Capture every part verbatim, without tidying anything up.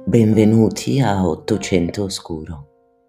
Benvenuti a Ottocento Oscuro.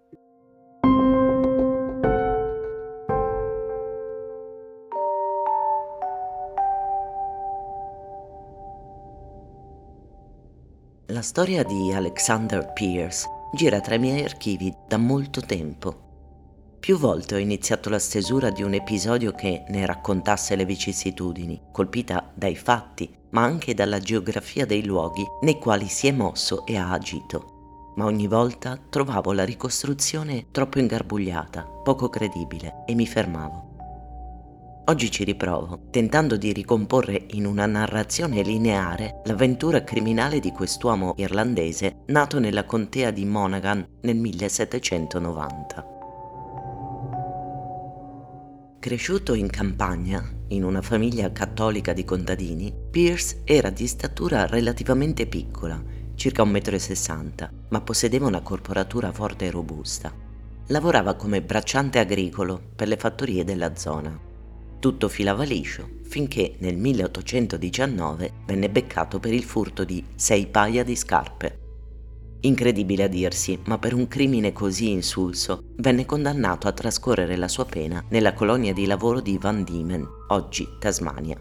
La storia di Alexander Pierce gira tra i miei archivi da molto tempo. Più volte ho iniziato la stesura di un episodio che ne raccontasse le vicissitudini, colpita dai fatti, ma anche dalla geografia dei luoghi nei quali si è mosso e ha agito. Ma ogni volta trovavo la ricostruzione troppo ingarbugliata, poco credibile, e mi fermavo. Oggi ci riprovo, tentando di ricomporre in una narrazione lineare l'avventura criminale di quest'uomo irlandese nato nella contea di Monaghan nel millesettecentonovanta. Cresciuto in campagna, in una famiglia cattolica di contadini, Pierce era di statura relativamente piccola, circa un metro e sessanta, ma possedeva una corporatura forte e robusta. Lavorava come bracciante agricolo per le fattorie della zona. Tutto filava liscio finché nel milleottocentodiciannove venne beccato per il furto di sei paia di scarpe. Incredibile a dirsi, ma per un crimine così insulso venne condannato a trascorrere la sua pena nella colonia di lavoro di Van Diemen, oggi Tasmania.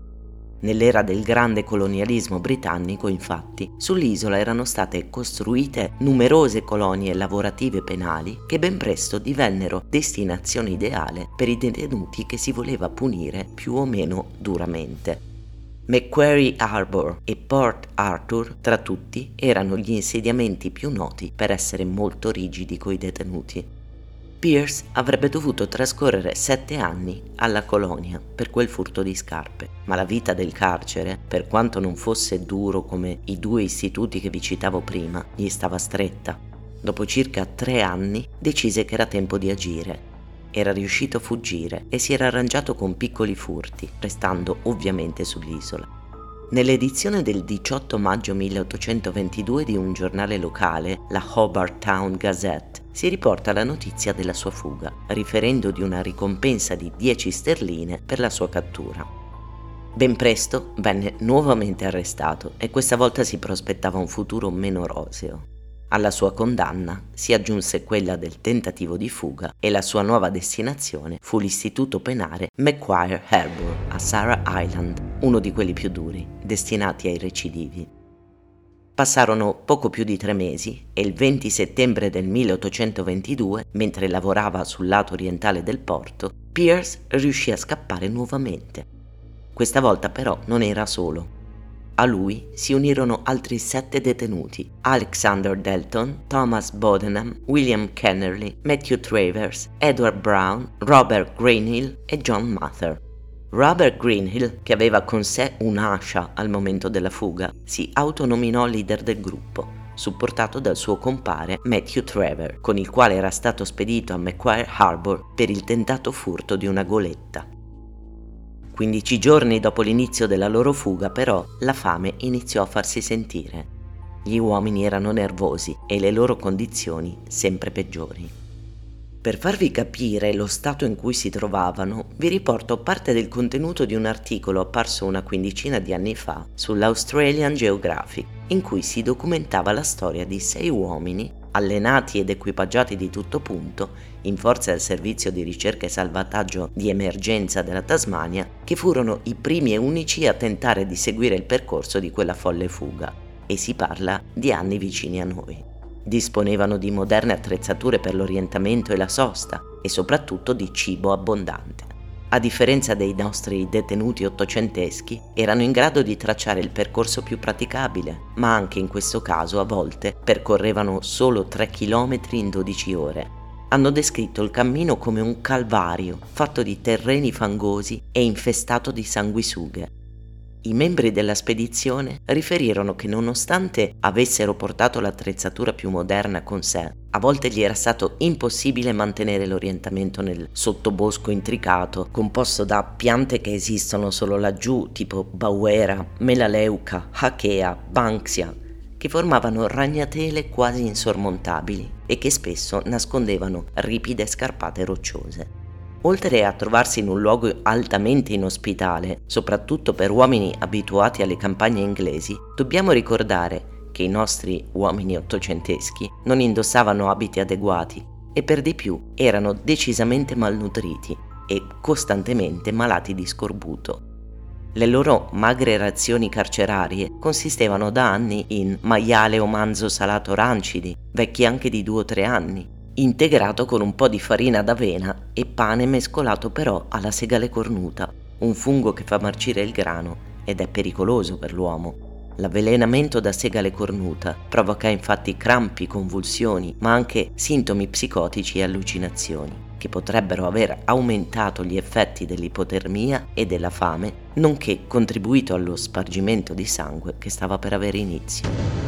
Nell'era del grande colonialismo britannico, infatti, sull'isola erano state costruite numerose colonie lavorative penali che ben presto divennero destinazione ideale per i detenuti che si voleva punire più o meno duramente. Macquarie Harbour e Port Arthur, tra tutti, erano gli insediamenti più noti per essere molto rigidi coi detenuti. Pierce avrebbe dovuto trascorrere sette anni alla colonia per quel furto di scarpe, ma la vita del carcere, per quanto non fosse duro come i due istituti che vi citavo prima, gli stava stretta. Dopo circa tre anni decise che era tempo di agire. Era riuscito a fuggire e si era arrangiato con piccoli furti, restando ovviamente sull'isola. Nell'edizione del diciotto maggio milleottocentoventidue di un giornale locale, la Hobart Town Gazette, si riporta la notizia della sua fuga, riferendo di una ricompensa di dieci sterline per la sua cattura. Ben presto venne nuovamente arrestato e questa volta si prospettava un futuro meno roseo. Alla sua condanna si aggiunse quella del tentativo di fuga e la sua nuova destinazione fu l'istituto penale Macquarie Harbour a Sarah Island, uno di quelli più duri, destinati ai recidivi. Passarono poco più di tre mesi e il venti settembre del milleottocentoventidue, mentre lavorava sul lato orientale del porto, Pierce riuscì a scappare nuovamente. Questa volta però non era solo. A lui si unirono altri sette detenuti: Alexander Delton, Thomas Bodenham, William Kennerly, Matthew Travers, Edward Brown, Robert Greenhill e John Mather. Robert Greenhill, che aveva con sé un'ascia al momento della fuga, si autonominò leader del gruppo, supportato dal suo compare Matthew Travers, con il quale era stato spedito a Macquarie Harbour per il tentato furto di una goletta. quindici giorni dopo l'inizio della loro fuga, però, la fame iniziò a farsi sentire. Gli uomini erano nervosi e le loro condizioni sempre peggiori. Per farvi capire lo stato in cui si trovavano, vi riporto parte del contenuto di un articolo apparso una quindicina di anni fa sull'Australian Geographic, in cui si documentava la storia di sei uomini allenati ed equipaggiati di tutto punto, in forza del servizio di ricerca e salvataggio di emergenza della Tasmania, che furono i primi e unici a tentare di seguire il percorso di quella folle fuga, e si parla di anni vicini a noi. Disponevano di moderne attrezzature per l'orientamento e la sosta, e soprattutto di cibo abbondante. A differenza dei nostri detenuti ottocenteschi, erano in grado di tracciare il percorso più praticabile, ma anche in questo caso a volte percorrevano solo tre chilometri in dodici ore. Hanno descritto il cammino come un calvario, fatto di terreni fangosi e infestato di sanguisughe. I membri della spedizione riferirono che nonostante avessero portato l'attrezzatura più moderna con sé, a volte gli era stato impossibile mantenere l'orientamento nel sottobosco intricato, composto da piante che esistono solo laggiù, tipo bauera, melaleuca, hakea, banksia, che formavano ragnatele quasi insormontabili e che spesso nascondevano ripide scarpate rocciose. Oltre a trovarsi in un luogo altamente inospitale, soprattutto per uomini abituati alle campagne inglesi, dobbiamo ricordare che i nostri uomini ottocenteschi non indossavano abiti adeguati e per di più erano decisamente malnutriti e costantemente malati di scorbuto. Le loro magre razioni carcerarie consistevano da anni in maiale o manzo salato rancidi, vecchi anche di due o tre anni, integrato con un po' di farina d'avena e pane mescolato però alla segale cornuta, un fungo che fa marcire il grano ed è pericoloso per l'uomo. L'avvelenamento da segale cornuta provoca infatti crampi, convulsioni, ma anche sintomi psicotici e allucinazioni, che potrebbero aver aumentato gli effetti dell'ipotermia e della fame, nonché contribuito allo spargimento di sangue che stava per avere inizio.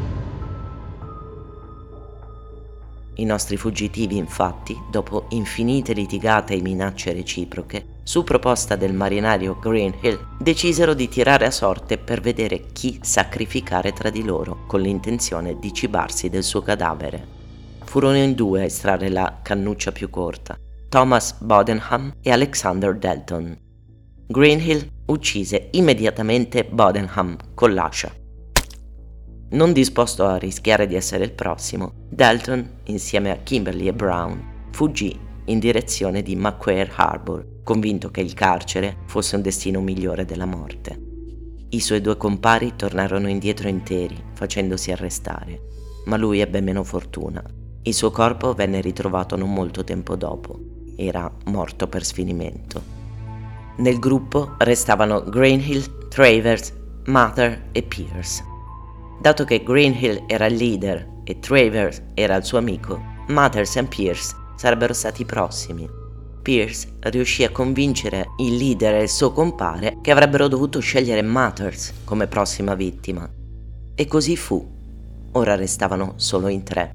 I nostri fuggitivi, infatti, dopo infinite litigate e minacce reciproche, su proposta del marinaio Greenhill, decisero di tirare a sorte per vedere chi sacrificare tra di loro, con l'intenzione di cibarsi del suo cadavere. Furono in due a estrarre la cannuccia più corta, Thomas Bodenham e Alexander Dalton. Greenhill uccise immediatamente Bodenham con l'ascia. Non disposto a rischiare di essere il prossimo, Dalton, insieme a Kimberly e Brown, fuggì in direzione di Macquarie Harbour, convinto che il carcere fosse un destino migliore della morte. I suoi due compari tornarono indietro interi, facendosi arrestare, ma lui ebbe meno fortuna. Il suo corpo venne ritrovato non molto tempo dopo. Era morto per sfinimento. Nel gruppo restavano Greenhill, Travers, Mather e Pierce. Dato che Greenhill era il leader e Travers era il suo amico, Mathers e Pierce sarebbero stati i prossimi. Pierce riuscì a convincere il leader e il suo compare che avrebbero dovuto scegliere Mathers come prossima vittima. E così fu. Ora restavano solo in tre.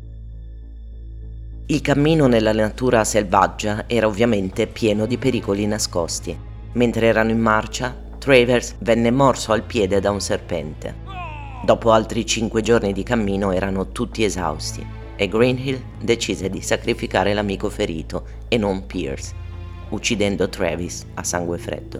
Il cammino nella natura selvaggia era ovviamente pieno di pericoli nascosti. Mentre erano in marcia, Travers venne morso al piede da un serpente. Dopo altri cinque giorni di cammino erano tutti esausti e Greenhill decise di sacrificare l'amico ferito e non Pierce, uccidendo Travis a sangue freddo.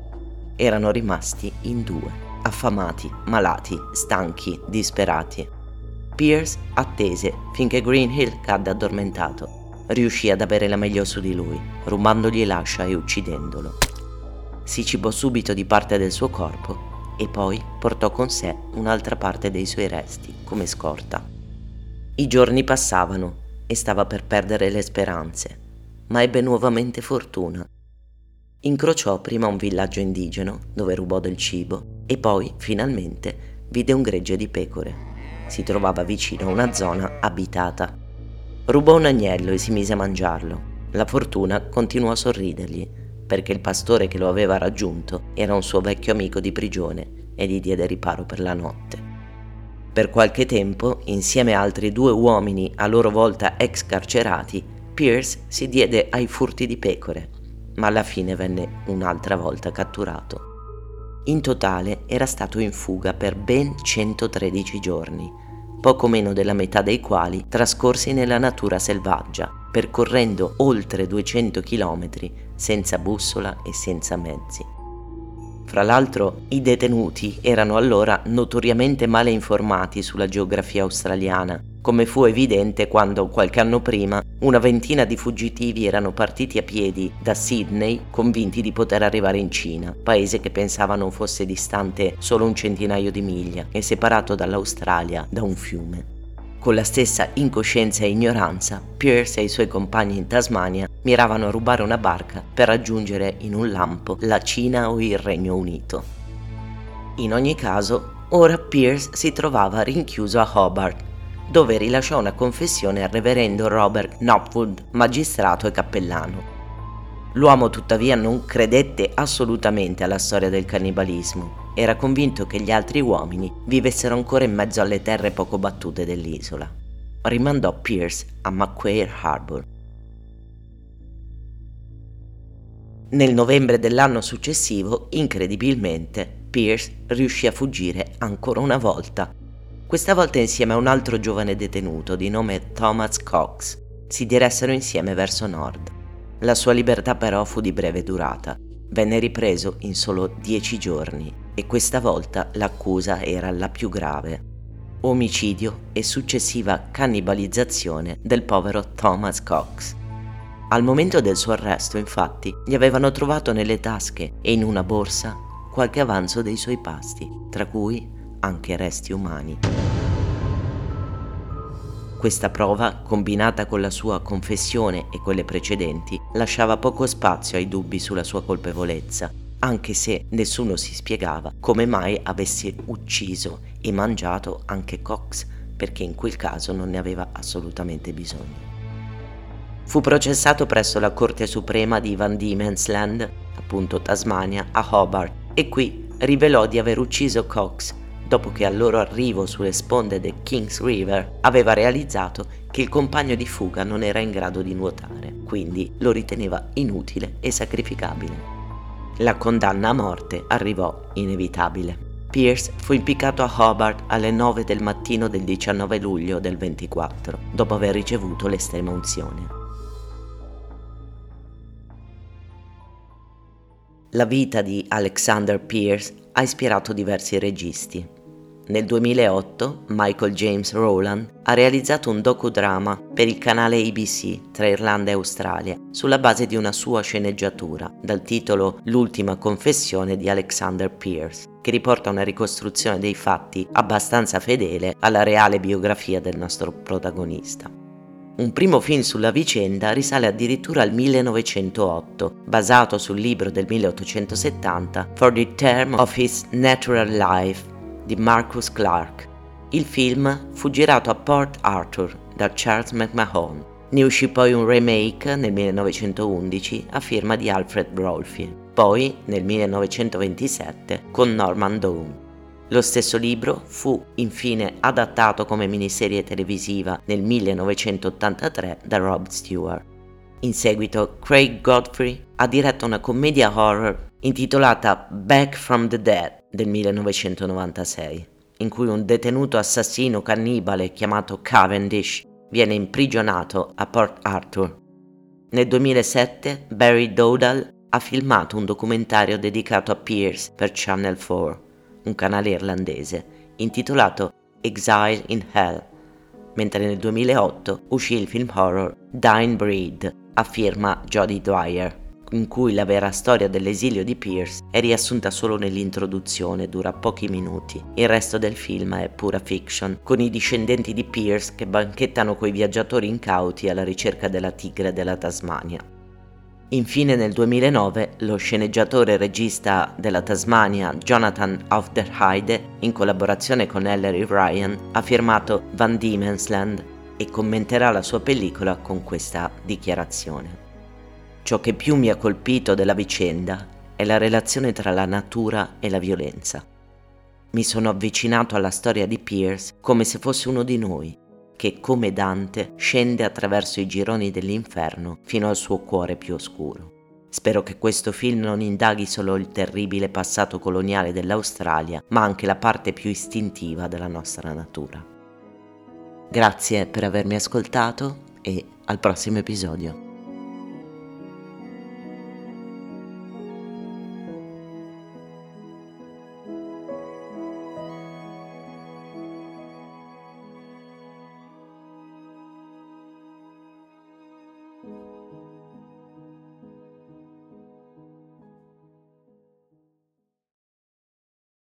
Erano rimasti in due, affamati, malati, stanchi, disperati. Pierce attese finché Greenhill cadde addormentato. Riuscì ad avere la meglio su di lui, rubandogli l'ascia e uccidendolo. Si cibò subito di parte del suo corpo e poi portò con sé un'altra parte dei suoi resti come scorta. I giorni passavano e stava per perdere le speranze, ma ebbe nuovamente fortuna. Incrociò prima un villaggio indigeno dove rubò del cibo e poi, finalmente, vide un gregge di pecore. Si trovava vicino a una zona abitata. Rubò un agnello e si mise a mangiarlo. La fortuna continuò a sorridergli, perché il pastore che lo aveva raggiunto era un suo vecchio amico di prigione e gli diede riparo per la notte. Per qualche tempo, insieme a altri due uomini a loro volta ex carcerati, Pierce si diede ai furti di pecore, ma alla fine venne un'altra volta catturato. In totale era stato in fuga per ben centotredici giorni, poco meno della metà dei quali trascorsi nella natura selvaggia, percorrendo oltre duecento chilometri senza bussola e senza mezzi. Fra l'altro, i detenuti erano allora notoriamente male informati sulla geografia australiana, come fu evidente quando, qualche anno prima, una ventina di fuggitivi erano partiti a piedi da Sydney convinti di poter arrivare in Cina, paese che pensavano fosse distante solo un centinaio di miglia e separato dall'Australia da un fiume. Con la stessa incoscienza e ignoranza, Pierce e i suoi compagni in Tasmania miravano a rubare una barca per raggiungere in un lampo la Cina o il Regno Unito. In ogni caso, ora Pierce si trovava rinchiuso a Hobart, dove rilasciò una confessione al reverendo Robert Knopwood, magistrato e cappellano. L'uomo tuttavia non credette assolutamente alla storia del cannibalismo. Era convinto che gli altri uomini vivessero ancora in mezzo alle terre poco battute dell'isola. Rimandò Pierce a Macquarie Harbour. Nel novembre dell'anno successivo, incredibilmente, Pierce riuscì a fuggire ancora una volta. Questa volta insieme a un altro giovane detenuto di nome Thomas Cox. Si diressero insieme verso nord. La sua libertà però fu di breve durata. Venne ripreso in solo dieci giorni e questa volta l'accusa era la più grave. omicidio e successiva cannibalizzazione del povero Thomas Cox. Al momento del suo arresto, infatti, gli avevano trovato nelle tasche e in una borsa qualche avanzo dei suoi pasti, tra cui anche resti umani. Questa prova, combinata con la sua confessione e quelle precedenti, lasciava poco spazio ai dubbi sulla sua colpevolezza, anche se nessuno si spiegava come mai avesse ucciso e mangiato anche Cox, perché in quel caso non ne aveva assolutamente bisogno. Fu processato presso la Corte Suprema di Van Diemen's Land, appunto Tasmania, a Hobart, e qui rivelò di aver ucciso Cox dopo che al loro arrivo sulle sponde del Kings River aveva realizzato che il compagno di fuga non era in grado di nuotare, quindi lo riteneva inutile e sacrificabile. La condanna a morte arrivò inevitabile. Pierce fu impiccato a Hobart alle nove del mattino del diciannove luglio del ventiquattro, dopo aver ricevuto l'estrema unzione. La vita di Alexander Pierce ha ispirato diversi registi. Nel duemilaotto Michael James Rowland ha realizzato un docudrama per il canale A B C tra Irlanda e Australia sulla base di una sua sceneggiatura dal titolo L'ultima confessione di Alexander Pierce, che riporta una ricostruzione dei fatti abbastanza fedele alla reale biografia del nostro protagonista. Un primo film sulla vicenda risale addirittura al millenovecentootto, basato sul libro del milleottocentosettanta For the Term of His Natural Life di Marcus Clarke. Il film fu girato a Port Arthur da Charles McMahon. Ne uscì poi un remake nel millenovecentoundici a firma di Alfred Brolfi, poi nel millenovecentoventisette con Norman Doone. Lo stesso libro fu infine adattato come miniserie televisiva nel millenovecentottantatré da Rod Stewart. In seguito Craig Godfrey ha diretto una commedia horror intitolata Back from the Dead del millenovecentonovantasei, in cui un detenuto assassino cannibale chiamato Cavendish viene imprigionato a Port Arthur. Nel duemilasette Barry Dowdall ha filmato un documentario dedicato a Pierce per Channel quattro, un canale irlandese, intitolato Exile in Hell, mentre nel duemilaotto uscì il film horror Dying Breed a firma Jodie Dwyer, in cui la vera storia dell'esilio di Pierce è riassunta solo nell'introduzione, dura pochi minuti. Il resto del film è pura fiction, con i discendenti di Pierce che banchettano coi viaggiatori incauti alla ricerca della tigre della Tasmania. Infine nel duemilanove lo sceneggiatore e regista della Tasmania Jonathan Auf der Heide, in collaborazione con Ellery Ryan, ha firmato Van Diemen's Land e commenterà la sua pellicola con questa dichiarazione. Ciò che più mi ha colpito della vicenda è la relazione tra la natura e la violenza. Mi sono avvicinato alla storia di Pierce come se fosse uno di noi, che come Dante scende attraverso i gironi dell'inferno fino al suo cuore più oscuro. Spero che questo film non indaghi solo il terribile passato coloniale dell'Australia, ma anche la parte più istintiva della nostra natura. Grazie per avermi ascoltato e al prossimo episodio.